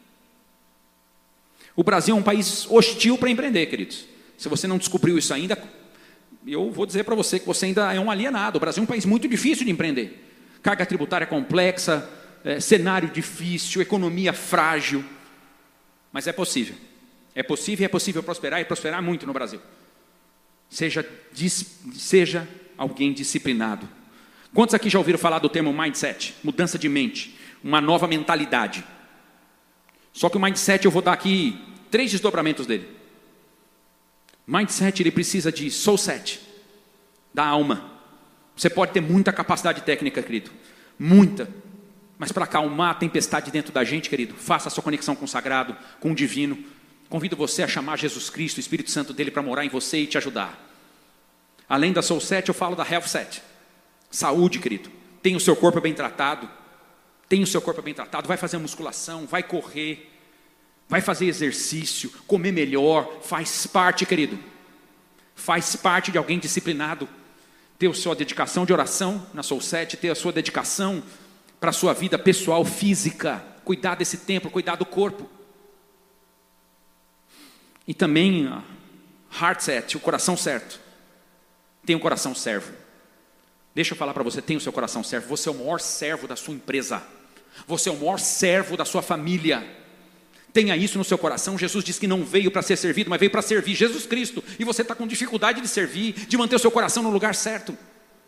O Brasil é um país hostil para empreender, queridos. Se você não descobriu isso ainda, eu vou dizer para você que você ainda é um alienado. O Brasil é um país muito difícil de empreender. Carga tributária complexa, é, cenário difícil, economia frágil. Mas é possível. É possível e é possível prosperar e prosperar muito no Brasil. Seja, dis, seja alguém disciplinado. Quantos aqui já ouviram falar do termo mindset? Mudança de mente, uma nova mentalidade. Só que o mindset, eu vou dar aqui três desdobramentos dele. Mindset, ele precisa de soul set, da alma. Você pode ter muita capacidade técnica, querido, muita, mas para acalmar a tempestade dentro da gente, querido, faça a sua conexão com o sagrado, com o divino. Convido você a chamar Jesus Cristo, o Espírito Santo dele, para morar em você e te ajudar. Além da soul set, eu falo da health set, saúde, querido. Tenha o seu corpo bem tratado, tenha o seu corpo bem tratado, vai fazer musculação, vai correr, vai fazer exercício, comer melhor, faz parte, querido, faz parte de alguém disciplinado. Ter a sua dedicação de oração na Soul Set, ter a sua dedicação para a sua vida pessoal, física, cuidar desse templo, cuidar do corpo. E também a Heart Set, o coração certo. Tem um coração servo. Deixa eu falar para você, tem o seu coração servo. Você é o maior servo da sua empresa. Você é o maior servo da sua família. Tenha isso no seu coração. Jesus disse que não veio para ser servido, mas veio para servir Jesus Cristo. E você está com dificuldade de servir, de manter o seu coração no lugar certo.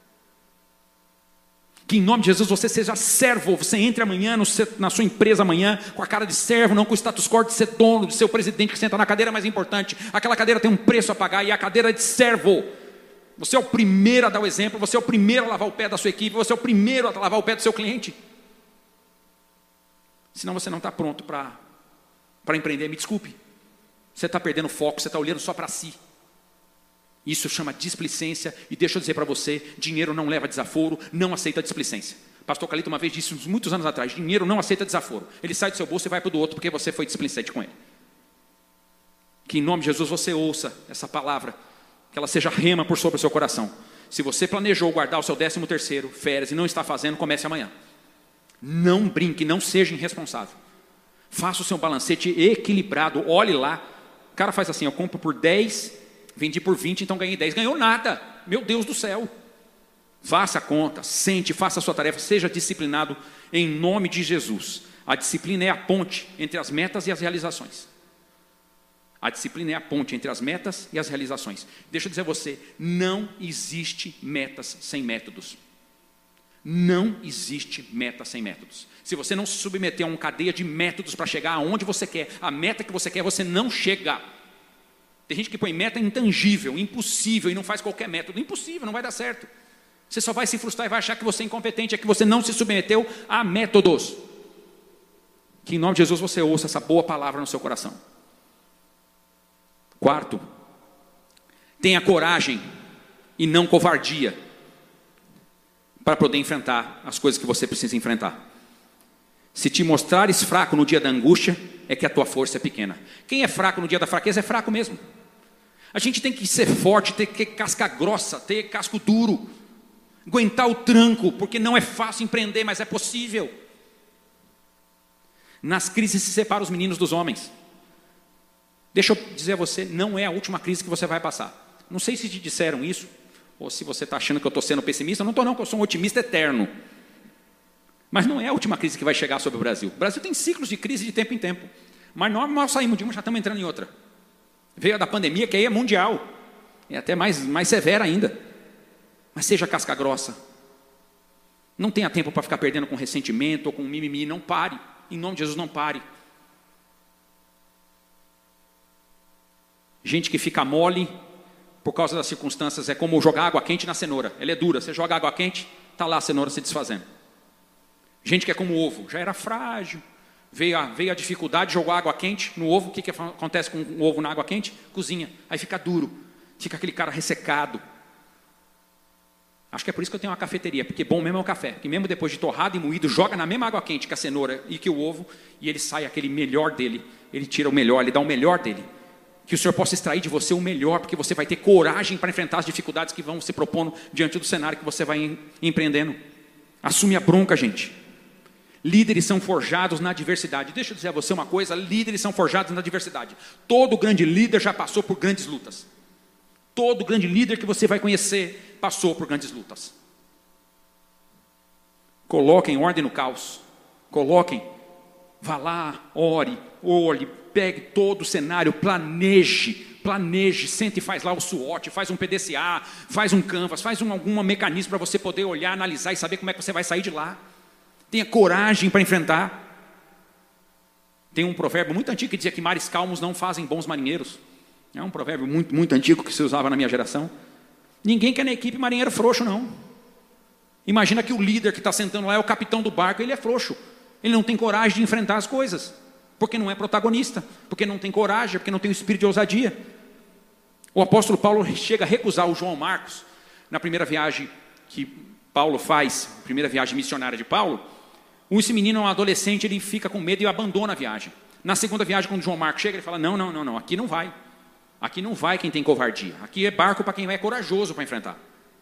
Que em nome de Jesus você seja servo. Você entre amanhã no seu, na sua empresa amanhã com a cara de servo, não com o status quo de ser dono, de ser o presidente que senta na cadeira mais importante. Aquela cadeira tem um preço a pagar e a cadeira é de servo. Você é o primeiro a dar o exemplo, você é o primeiro a lavar o pé da sua equipe, você é o primeiro a lavar o pé do seu cliente. Senão você não está pronto para... para empreender, me desculpe, você está perdendo foco, você está olhando só para si. Isso chama displicência, e deixa eu dizer para você, dinheiro não leva desaforo, não aceita displicência. Pastor Calito uma vez disse, muitos anos atrás, dinheiro não aceita desaforo, ele sai do seu bolso e vai para o do outro, porque você foi displicente com ele. Que em nome de Jesus você ouça essa palavra, que ela seja rema por sobre o seu coração. Se você planejou guardar o seu décimo terceiro, férias, e não está fazendo, comece amanhã. Não brinque, não seja irresponsável. Faça o seu balancete equilibrado, olhe lá. O cara faz assim, eu compro por dez, vendi por vinte, então ganhei dez. Ganhou nada, meu Deus do céu. Faça a conta, sente, faça a sua tarefa, seja disciplinado em nome de Jesus. A disciplina é a ponte entre as metas e as realizações. A disciplina é a ponte entre as metas e as realizações. Deixa eu dizer a você, não existe metas sem métodos. Não existe meta sem métodos. Se você não se submeter a uma cadeia de métodos para chegar aonde você quer, a meta que você quer, você não chega. Tem gente que põe meta intangível, impossível, e não faz qualquer método. Impossível, não vai dar certo. Você só vai se frustrar e vai achar que você é incompetente, é que você não se submeteu a métodos. Que em nome de Jesus você ouça essa boa palavra no seu coração. Quarto, tenha coragem e não covardia para poder enfrentar as coisas que você precisa enfrentar. Se te mostrares fraco no dia da angústia, é que a tua força é pequena. Quem é fraco no dia da fraqueza é fraco mesmo. A gente tem que ser forte, ter que casca grossa, ter casco duro, aguentar o tranco, porque não é fácil empreender, mas é possível. Nas crises se separam os meninos dos homens. Deixa eu dizer a você, não é a última crise que você vai passar. Não sei se te disseram isso, ou se você está achando que eu estou sendo pessimista. Eu não estou não, porque eu sou um otimista eterno. Mas não é a última crise que vai chegar sobre o Brasil. O Brasil tem ciclos de crise de tempo em tempo. Mas nós mal saímos de uma, já estamos entrando em outra. Veio a da pandemia, que aí é mundial. É até mais, mais severa ainda. Mas seja casca grossa. Não tenha tempo para ficar perdendo com ressentimento ou com mimimi. Não pare. Em nome de Jesus, não pare. Gente que fica mole por causa das circunstâncias é como jogar água quente na cenoura. Ela é dura. Você joga água quente, está lá a cenoura se desfazendo. Gente que é como o ovo, já era frágil, veio a, veio a dificuldade, jogou água quente no ovo. O que, que acontece com o ovo na água quente? Cozinha, aí fica duro, fica aquele cara ressecado. Acho que é por isso que eu tenho uma cafeteria, porque bom mesmo é o café, que mesmo depois de torrado e moído, joga na mesma água quente que a cenoura e que o ovo, e ele sai aquele melhor dele, ele tira o melhor, ele dá o melhor dele. Que o Senhor possa extrair de você o melhor, porque você vai ter coragem para enfrentar as dificuldades que vão se propondo diante do cenário que você vai empreendendo. Assume a bronca, gente. Líderes são forjados na adversidade. Deixa eu dizer a você uma coisa, líderes são forjados na adversidade. Todo grande líder já passou por grandes lutas. Todo grande líder que você vai conhecer passou por grandes lutas. Coloquem ordem no caos. Coloquem, vá lá, ore, olhe, pegue todo o cenário, planeje, planeje, sente e faz lá o SWOT, faz um P D C A, faz um Canvas, faz um, algum mecanismo para você poder olhar, analisar e saber como é que você vai sair de lá. Tenha coragem para enfrentar. Tem um provérbio muito antigo que dizia que mares calmos não fazem bons marinheiros. É um provérbio muito, muito antigo que se usava na minha geração. Ninguém quer na equipe marinheiro frouxo, não. Imagina que o líder que está sentando lá é o capitão do barco, ele é frouxo. Ele não tem coragem de enfrentar as coisas, porque não é protagonista, porque não tem coragem, porque não tem o espírito de ousadia. O apóstolo Paulo chega a recusar o João Marcos, na primeira viagem que Paulo faz, primeira viagem missionária de Paulo. Esse menino é um adolescente, ele fica com medo e abandona a viagem. Na segunda viagem, quando João Marcos chega, ele fala, não, não, não, não, aqui não vai. Aqui não vai quem tem covardia. Aqui é barco para quem é corajoso para enfrentar.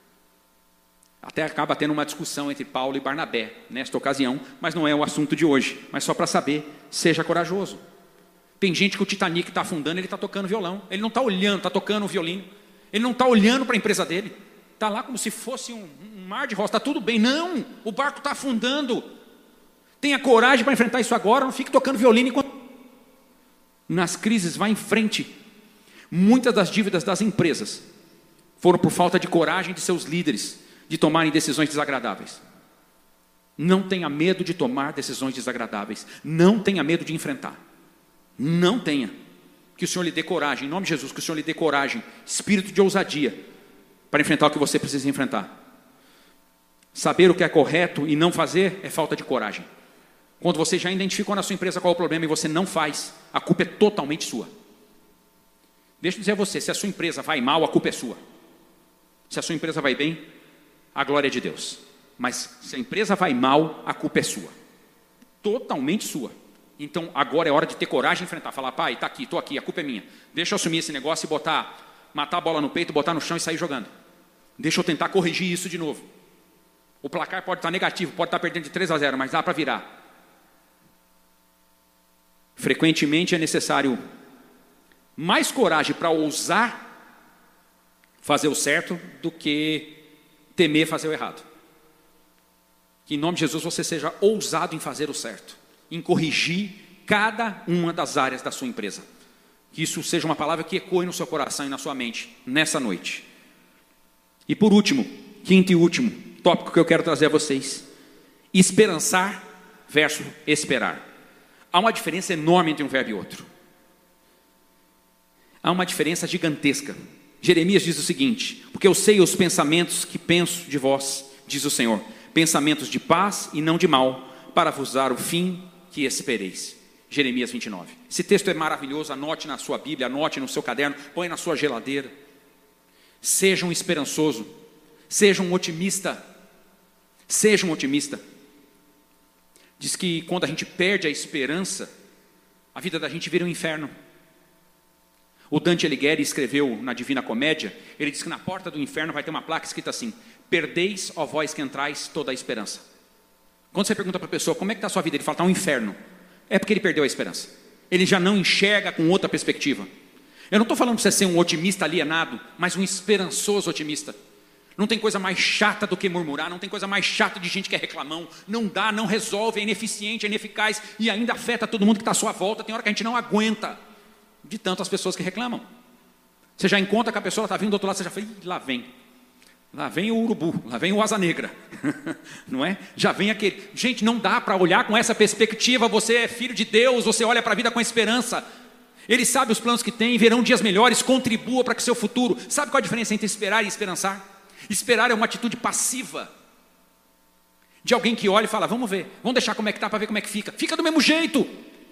Até acaba tendo uma discussão entre Paulo e Barnabé, nesta ocasião, mas não é o assunto de hoje. Mas só para saber, seja corajoso. Tem gente que o Titanic está afundando, ele está tocando violão. Ele não está olhando, está tocando o violino. Ele não está olhando para a empresa dele. Está lá como se fosse um, um mar de rosa, está tudo bem. Não, o barco está afundando. Tenha coragem para enfrentar isso agora, não fique tocando violino enquanto... Nas crises, vá em frente. Muitas das dívidas das empresas foram por falta de coragem de seus líderes, de tomarem decisões desagradáveis. Não tenha medo de tomar decisões desagradáveis. Não tenha medo de enfrentar. Não tenha. Que o Senhor lhe dê coragem, em nome de Jesus, que o Senhor lhe dê coragem, espírito de ousadia, para enfrentar o que você precisa enfrentar. Saber o que é correto e não fazer é falta de coragem. Quando você já identificou na sua empresa qual é o problema e você não faz, a culpa é totalmente sua. Deixa eu dizer a você, se a sua empresa vai mal, a culpa é sua. Se a sua empresa vai bem, a glória é de Deus. Mas se a empresa vai mal, a culpa é sua. Totalmente sua. Então agora é hora de ter coragem de enfrentar. Falar, pai, está aqui, estou aqui, a culpa é minha. Deixa eu assumir esse negócio e botar, matar a bola no peito, botar no chão e sair jogando. Deixa eu tentar corrigir isso de novo. O placar pode estar negativo, pode estar perdendo de três a zero, mas dá para virar. Frequentemente é necessário mais coragem para ousar fazer o certo do que temer fazer o errado. Que em nome de Jesus você seja ousado em fazer o certo, em corrigir cada uma das áreas da sua empresa. Que isso seja uma palavra que ecoe no seu coração e na sua mente, nessa noite. E por último, quinto e último tópico que eu quero trazer a vocês. Esperançar versus esperar. Há uma diferença enorme entre um verbo e outro. Há uma diferença gigantesca. Jeremias diz o seguinte: porque eu sei os pensamentos que penso de vós, diz o Senhor, pensamentos de paz e não de mal, para vos dar o fim que espereis. Jeremias vinte e nove. Esse texto é maravilhoso, anote na sua Bíblia, anote no seu caderno, põe na sua geladeira. Seja um esperançoso, seja um otimista, seja um otimista. Diz que quando a gente perde a esperança, a vida da gente vira um inferno. O Dante Alighieri escreveu na Divina Comédia, ele diz que na porta do inferno vai ter uma placa escrita assim: perdeis, ó vós que entrais, toda a esperança. Quando você pergunta para a pessoa, como é que está a sua vida? Ele fala, está um inferno. É porque ele perdeu a esperança. Ele já não enxerga com outra perspectiva. Eu não estou falando para você ser um otimista alienado, mas um esperançoso otimista. Não tem coisa mais chata do que murmurar, não tem coisa mais chata de gente que é reclamão. Não dá, não resolve, é ineficiente, é ineficaz e ainda afeta todo mundo que está à sua volta. Tem hora que a gente não aguenta de tantas pessoas que reclamam. Você já encontra que a pessoa está vindo do outro lado, você já fala, ih, lá vem. Lá vem o urubu, lá vem o asa negra. Não é? Já vem aquele. Gente, não dá para olhar com essa perspectiva. Você é filho de Deus, você olha para a vida com esperança. Ele sabe os planos que tem, verão dias melhores, contribua para que o seu futuro. Sabe qual a diferença entre esperar e esperançar? Esperar é uma atitude passiva, de alguém que olha e fala, vamos ver, vamos deixar como é que está para ver como é que fica. Fica do mesmo jeito.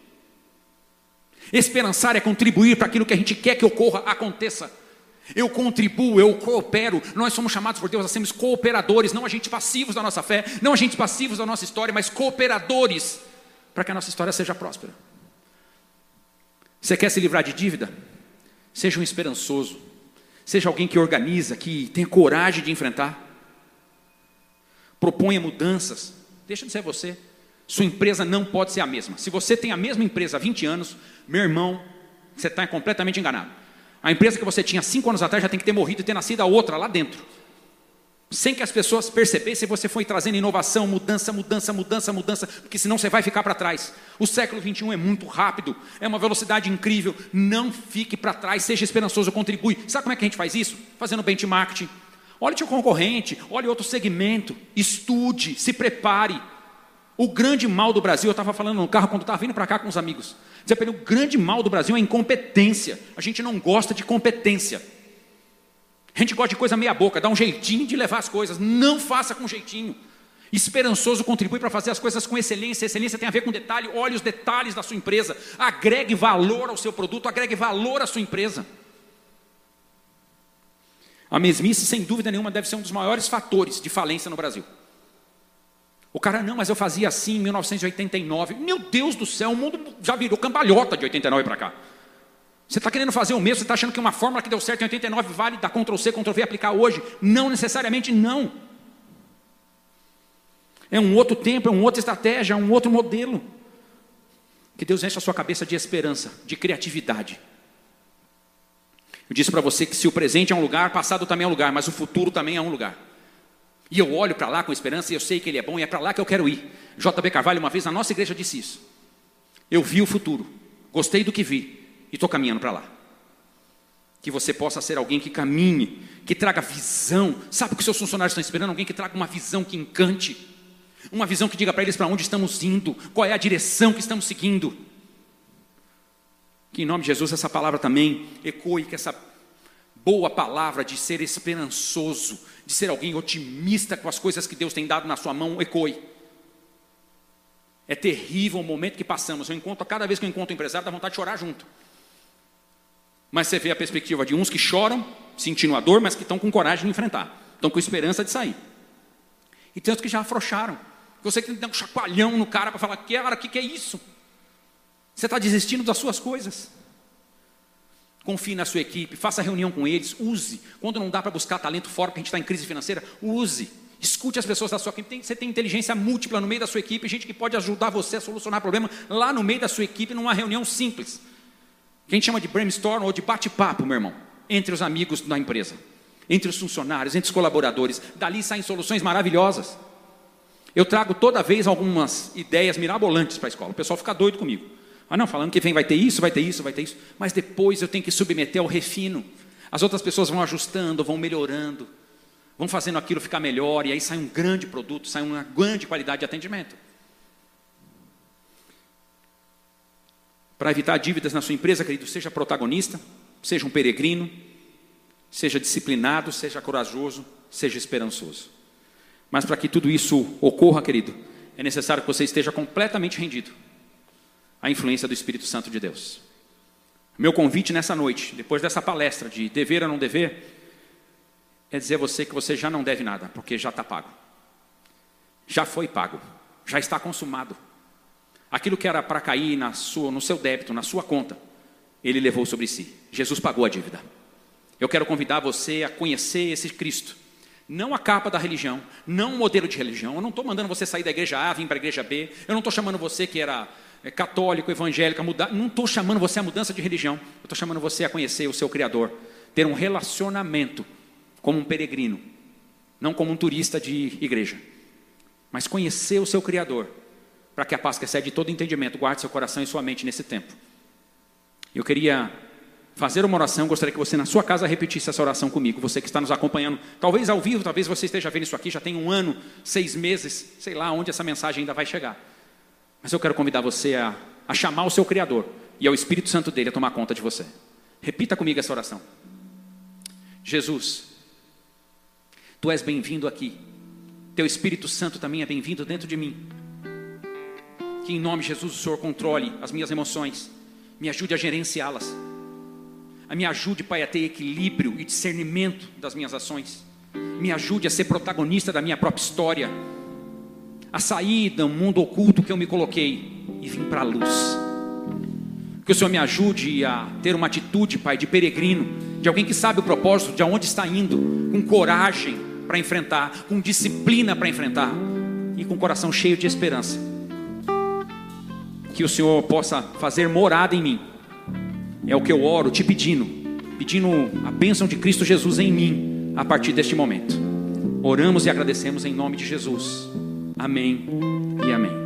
Esperançar é contribuir para aquilo que a gente quer que ocorra, aconteça. Eu contribuo, eu coopero. Nós somos chamados por Deus a sermos cooperadores, não agentes passivos da nossa fé, não agentes passivos da nossa história, mas cooperadores para que a nossa história seja próspera. Você quer se livrar de dívida? Seja um esperançoso. Seja alguém que organiza, que tenha coragem de enfrentar. Proponha mudanças. Deixa de ser você. Sua empresa não pode ser a mesma. Se você tem a mesma empresa há vinte anos, meu irmão, você está completamente enganado. A empresa que você tinha cinco anos atrás já tem que ter morrido e ter nascido a outra lá dentro. Sem que as pessoas percebessem, você foi trazendo inovação, mudança, mudança, mudança, mudança, porque senão você vai ficar para trás. O século vinte e um é muito rápido, é uma velocidade incrível. Não fique para trás, seja esperançoso, contribui. Sabe como é que a gente faz isso? Fazendo benchmarking. Olhe seu concorrente, olhe outro segmento, estude, se prepare. O grande mal do Brasil, eu estava falando no carro quando estava vindo para cá com os amigos. Dizia para ele, o grande mal do Brasil é a incompetência. A gente não gosta de competência. A gente gosta de coisa meia boca, dá um jeitinho de levar as coisas. Não faça com jeitinho. Esperançoso contribui para fazer as coisas com excelência. Excelência tem a ver com detalhe. Olhe os detalhes da sua empresa. Agregue valor ao seu produto, agregue valor à sua empresa. A mesmice, sem dúvida nenhuma, deve ser um dos maiores fatores de falência no Brasil. O cara, não, mas eu fazia assim em mil novecentos e oitenta e nove. Meu Deus do céu, o mundo já virou cambalhota de oitenta e nove para cá. Você está querendo fazer o mesmo, você está achando que uma fórmula que deu certo em oitenta e nove vale dar control C, control V e aplicar hoje? Não necessariamente não. É um outro tempo, é uma outra estratégia, é um outro modelo. Que Deus enche a sua cabeça de esperança, de criatividade. Eu disse para você que se o presente é um lugar, passado também é um lugar, mas o futuro também é um lugar. E eu olho para lá com esperança e eu sei que Ele é bom e é para lá que eu quero ir. J B Carvalho uma vez na nossa igreja disse isso. Eu vi o futuro, gostei do que vi e estou caminhando para lá. Que você possa ser alguém que caminhe, que traga visão. Sabe o que os seus funcionários estão esperando? Alguém que traga uma visão que encante. Uma visão que diga para eles para onde estamos indo, qual é a direção que estamos seguindo. Que em nome de Jesus essa palavra também ecoe, que essa boa palavra de ser esperançoso, de ser alguém otimista com as coisas que Deus tem dado na sua mão, ecoe. É terrível o momento que passamos. Eu encontro, cada vez que eu encontro um empresário, dá vontade de chorar junto. Mas você vê a perspectiva de uns que choram, sentindo a dor, mas que estão com coragem de enfrentar. Estão com esperança de sair. E tem outros que já afrouxaram. Você tem que dar um chacoalhão no cara para falar, cara, o que, que é isso? Você está desistindo das suas coisas. Confie na sua equipe, faça reunião com eles, use. Quando não dá para buscar talento fora, porque a gente está em crise financeira, use. Escute as pessoas da sua equipe. Tem, você tem inteligência múltipla no meio da sua equipe, gente que pode ajudar você a solucionar problema lá no meio da sua equipe, numa reunião simples. Que a gente chama de brainstorm ou de bate-papo, meu irmão, entre os amigos da empresa, entre os funcionários, entre os colaboradores. Dali saem soluções maravilhosas. Eu trago toda vez algumas ideias mirabolantes para a escola. O pessoal fica doido comigo. Ah, não, falando que vem vai ter isso, vai ter isso, vai ter isso. Mas depois eu tenho que submeter ao refino. As outras pessoas vão ajustando, vão melhorando, vão fazendo aquilo ficar melhor, e aí sai um grande produto, sai uma grande qualidade de atendimento. Para evitar dívidas na sua empresa, querido, seja protagonista, seja um peregrino, seja disciplinado, seja corajoso, seja esperançoso. Mas para que tudo isso ocorra, querido, é necessário que você esteja completamente rendido à influência do Espírito Santo de Deus. Meu convite nessa noite, depois dessa palestra de dever ou não dever, é dizer a você que você já não deve nada, porque já está pago. Já foi pago, já está consumado. Aquilo que era para cair na sua, no seu débito, na sua conta, Ele levou sobre si. Jesus pagou a dívida. Eu quero convidar você a conhecer esse Cristo. Não a capa da religião, não o modelo de religião. Eu não estou mandando você sair da igreja A, vir para a igreja B. Eu não estou chamando você que era católico, evangélico, mudar. Não estou chamando você a mudança de religião. Eu estou chamando você a conhecer o seu Criador. Ter um relacionamento como um peregrino. Não como um turista de igreja. Mas conhecer o seu Criador. Para que a paz que excede todo entendimento guarde seu coração e sua mente nesse tempo. Eu queria fazer uma oração, gostaria que você na sua casa repetisse essa oração comigo, você que está nos acompanhando, talvez ao vivo, talvez você esteja vendo isso aqui, já tem um ano, seis meses, sei lá onde essa mensagem ainda vai chegar. Mas eu quero convidar você a, a chamar o seu Criador e ao Espírito Santo dele a tomar conta de você. Repita comigo essa oração. Jesus, Tu és bem-vindo aqui, Teu Espírito Santo também é bem-vindo dentro de mim. Que em nome de Jesus o Senhor controle as minhas emoções, me ajude a gerenciá-las. Me ajude, Pai, a ter equilíbrio e discernimento das minhas ações. Me ajude a ser protagonista da minha própria história. A sair do mundo oculto que eu me coloquei e vir para a luz. Que o Senhor me ajude a ter uma atitude, Pai, de peregrino, de alguém que sabe o propósito, de onde está indo, com coragem para enfrentar, com disciplina para enfrentar e com o coração cheio de esperança. Que o Senhor possa fazer morada em mim. É o que eu oro, te pedindo, pedindo a bênção de Cristo Jesus em mim, a partir deste momento. Oramos e agradecemos em nome de Jesus. Amém e amém.